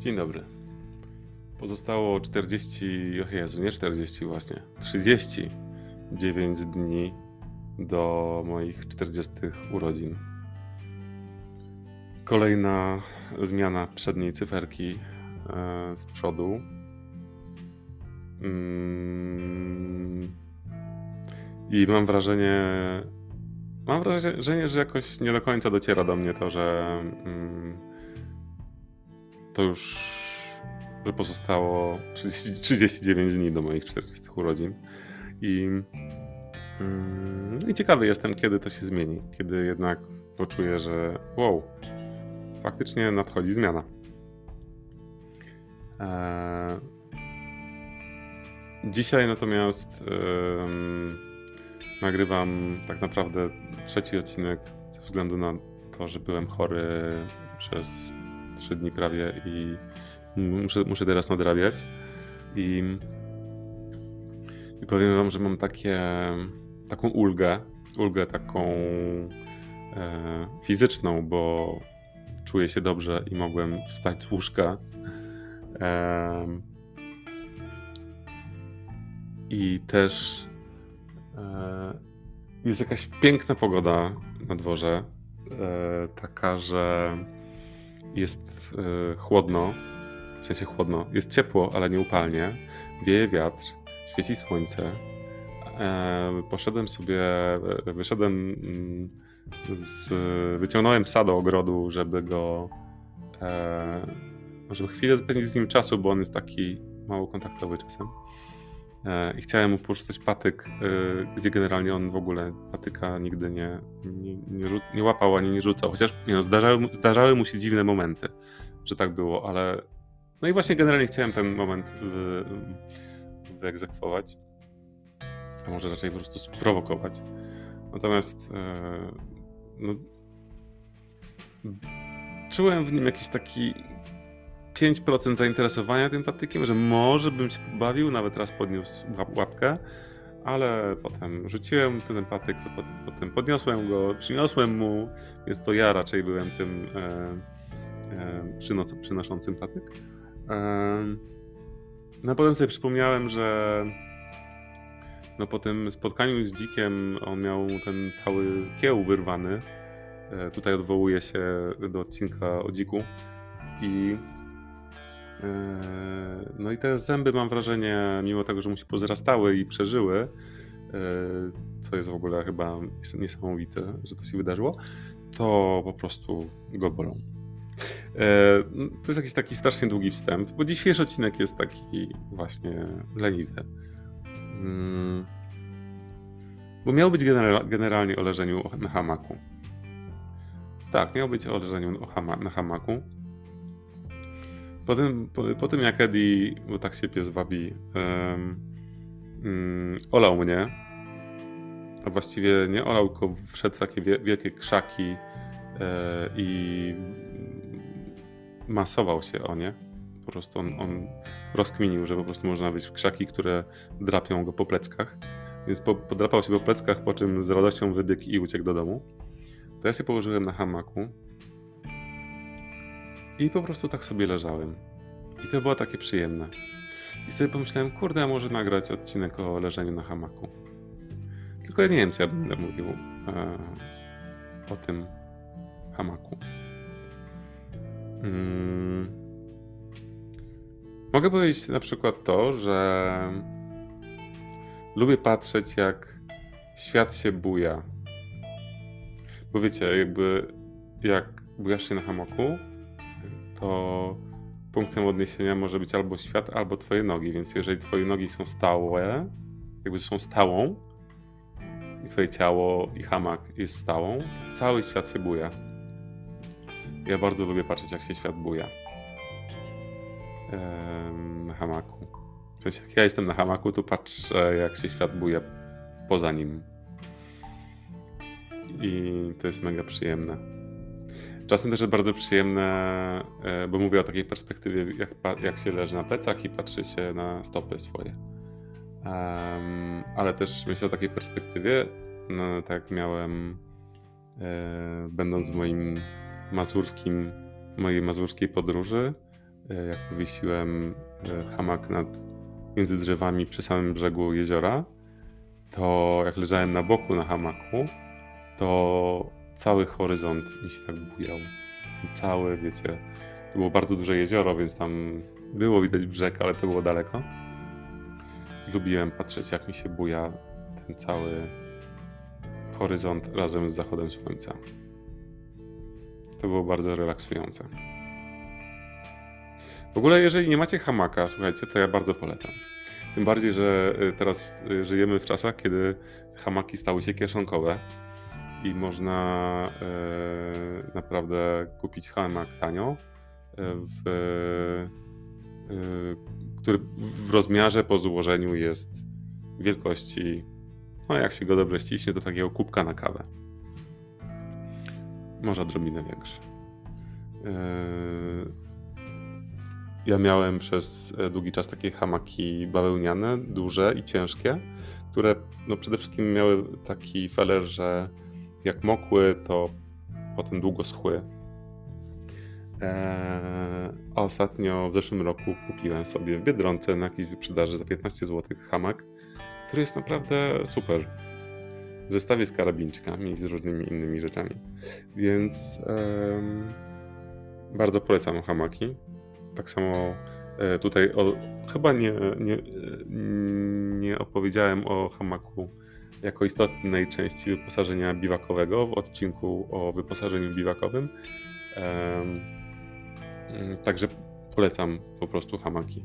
Dzień dobry. Pozostało 40, o Jezu, nie 40 właśnie, 39 dni do moich 40 urodzin. Kolejna zmiana przedniej cyferki z przodu. I mam wrażenie, że jakoś nie do końca dociera do mnie to, że to już, że pozostało 39 dni do moich 40 urodzin. I ciekawy jestem, kiedy to się zmieni. Kiedy jednak poczuję, że wow, faktycznie nadchodzi zmiana. Dzisiaj natomiast nagrywam tak naprawdę trzeci odcinek ze względu na to, że byłem chory przez 3 dni prawie i muszę teraz nadrabiać. I powiem wam, że mam taką ulgę taką fizyczną, bo czuję się dobrze i mogłem wstać z łóżka. I też jest jakaś piękna pogoda na dworze, taka, że jest chłodno, w sensie chłodno, jest ciepło, ale nie upalnie, wieje wiatr, świeci słońce. Wyciągnąłem psa do ogrodu, żeby chwilę spędzić z nim czasu, bo on jest taki mało kontaktowy czasem. I chciałem mu porzucać patyk, gdzie generalnie on w ogóle patyka nigdy nie łapał ani nie rzucał. Chociaż zdarzały mu się dziwne momenty, że tak było, ale no i właśnie generalnie chciałem ten moment wyegzekwować, a może raczej po prostu sprowokować. Natomiast czułem w nim jakiś taki 5% zainteresowania tym patykiem, że może bym się pobawił, nawet raz podniósł łapkę, ale potem rzuciłem ten patyk, to potem podniosłem go, przyniosłem mu, więc to ja raczej byłem tym przynoszącym patyk. No potem sobie przypomniałem, że po tym spotkaniu z dzikiem on miał ten cały kieł wyrwany. Tutaj odwołuję się do odcinka o dziku. No i te zęby, mam wrażenie, mimo tego, że mu się pozrastały i przeżyły, co jest w ogóle chyba niesamowite, że to się wydarzyło, to po prostu go bolą. To jest jakiś taki strasznie długi wstęp, bo dzisiejszy odcinek jest taki właśnie leniwy. Bo miał być generalnie o leżeniu na hamaku. Tak, miał być o leżeniu na hamaku. Po tym jak Eddie, bo tak się pies wabi, olał mnie, a właściwie nie olał, tylko wszedł w takie wielkie krzaki i masował się o nie. Po prostu on rozkminił, że po prostu można być w krzaki, które drapią go po pleckach. Więc podrapał się po pleckach, po czym z radością wybiegł i uciekł do domu. To ja się położyłem na hamaku i po prostu tak sobie leżałem. I to było takie przyjemne. I sobie pomyślałem, kurde, a może nagrać odcinek o leżeniu na hamaku. Tylko ja nie wiem, co ja będę mówił o tym hamaku. Mogę powiedzieć na przykład to, że lubię patrzeć, jak świat się buja. Bo wiecie, jakby jak bujasz się na hamaku, to punktem odniesienia może być albo świat, albo twoje nogi, więc jeżeli twoje nogi są stałe, jakby są stałą i twoje ciało i hamak jest stałą, to cały świat się buja. Ja bardzo lubię patrzeć, jak się świat buja na hamaku. W sensie, jak ja jestem na hamaku, to patrzę, jak się świat buja poza nim. I to jest mega przyjemne. Czasem też jest bardzo przyjemne, bo mówię o takiej perspektywie, jak się leży na plecach i patrzy się na stopy swoje. Ale też myślę o takiej perspektywie, no, tak jak miałem, będąc w mojej mazurskiej podróży, jak powiesiłem hamak między drzewami przy samym brzegu jeziora, to jak leżałem na boku na hamaku, to cały horyzont mi się tak bujał. Cały, wiecie, to było bardzo duże jezioro, więc tam było widać brzeg, ale to było daleko. Lubiłem patrzeć, jak mi się buja ten cały horyzont razem z zachodem słońca. To było bardzo relaksujące. W ogóle, jeżeli nie macie hamaka, słuchajcie, to ja bardzo polecam. Tym bardziej, że teraz żyjemy w czasach, kiedy hamaki stały się kieszonkowe i można naprawdę kupić hamak tanio, który w rozmiarze po złożeniu jest wielkości, no jak się go dobrze ściśnie, to takiego kubka na kawę. Może odrobinę większy. Ja miałem przez długi czas takie hamaki bawełniane, duże i ciężkie, które no przede wszystkim miały taki feler, że jak mokły, to potem długo schły. A ostatnio w zeszłym roku kupiłem sobie w Biedronce na jakiejś wyprzedaży za 15 zł hamak, który jest naprawdę super. W zestawie z karabinczykami i z różnymi innymi rzeczami. Więc bardzo polecam hamaki. Tak samo tutaj chyba nie opowiedziałem o hamaku jako istotnej części wyposażenia biwakowego w odcinku o wyposażeniu biwakowym. Także polecam po prostu hamaki.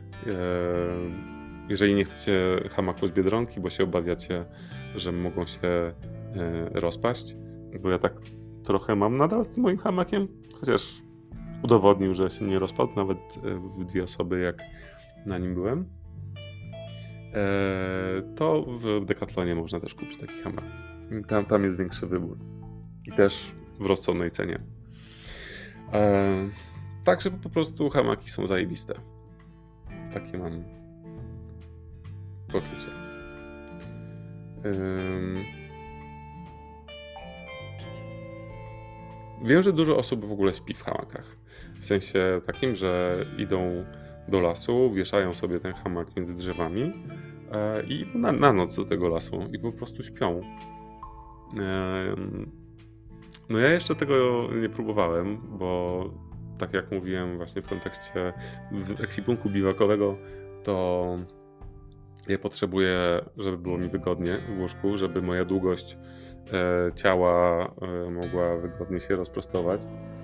Jeżeli nie chcecie hamaku z Biedronki, bo się obawiacie, że mogą się rozpaść, bo ja tak trochę mam nadal z tym moim hamakiem, chociaż udowodnił, że się nie rozpadł, nawet w 2 osoby, jak na nim byłem, to w Decathlonie można też kupić taki hamak. Tam jest większy wybór i też w rozsądnej cenie. Także po prostu hamaki są zajebiste. Takie mam poczucie. Wiem, że dużo osób w ogóle śpi w hamakach. W sensie takim, że idą do lasu, wieszają sobie ten hamak między drzewami i idą na noc do tego lasu i po prostu śpią. No ja jeszcze tego nie próbowałem, bo tak jak mówiłem właśnie w kontekście ekwipunku biwakowego, to ja potrzebuję, żeby było mi wygodnie w łóżku, żeby moja długość ciała mogła wygodnie się rozprostować.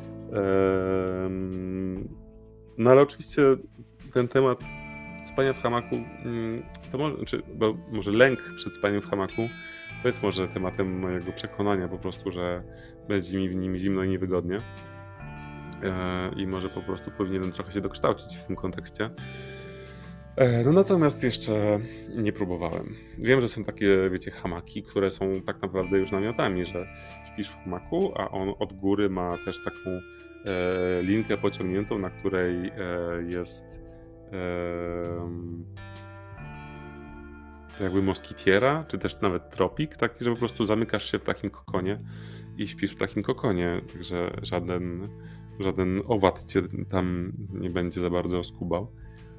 No ale oczywiście ten temat spania w hamaku, to może lęk przed spaniem w hamaku, to jest może tematem mojego przekonania po prostu, że będzie mi w nim zimno i niewygodnie. I może po prostu powinienem trochę się dokształcić w tym kontekście. No natomiast jeszcze nie próbowałem. Wiem, że są takie, wiecie, hamaki, które są tak naprawdę już namiotami, że śpisz w hamaku, a on od góry ma też taką linkę pociągniętą, na której jest jakby moskitiera, czy też nawet tropik, taki, że po prostu zamykasz się w takim kokonie i śpisz w takim kokonie, także żaden owad cię tam nie będzie za bardzo skubał.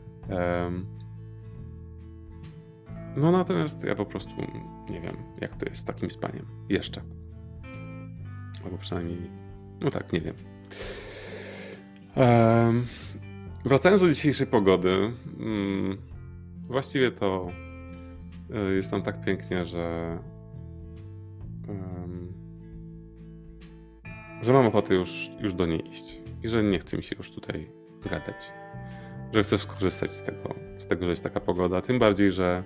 No natomiast ja po prostu nie wiem, jak to jest z takim spaniem. Jeszcze. Albo przynajmniej, no tak, nie wiem. Wracając do dzisiejszej pogody, właściwie to jest tam tak pięknie, że mam ochotę już do niej iść i że nie chce mi się już tutaj gadać. Że chcę skorzystać z tego, że jest taka pogoda. Tym bardziej, że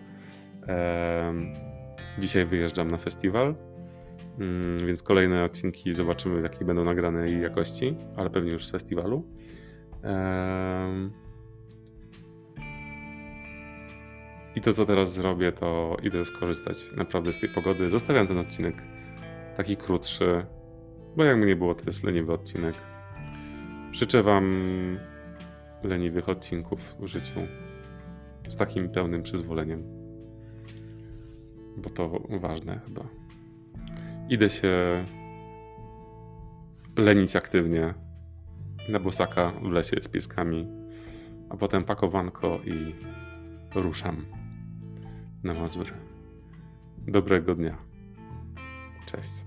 dzisiaj wyjeżdżam na festiwal, więc kolejne odcinki zobaczymy, w jakiej będą nagrane i jakości, ale pewnie już z festiwalu. I to, co teraz zrobię, to idę skorzystać naprawdę z tej pogody. Zostawiam ten odcinek taki krótszy, bo jakby nie było, to jest leniwy odcinek. Życzę wam leniwych odcinków w życiu z takim pełnym przyzwoleniem, bo to ważne chyba. Idę się lenić aktywnie na bosaka w lesie z pieskami a potem pakowanko i ruszam na Mazury. Dobrego dnia. Cześć.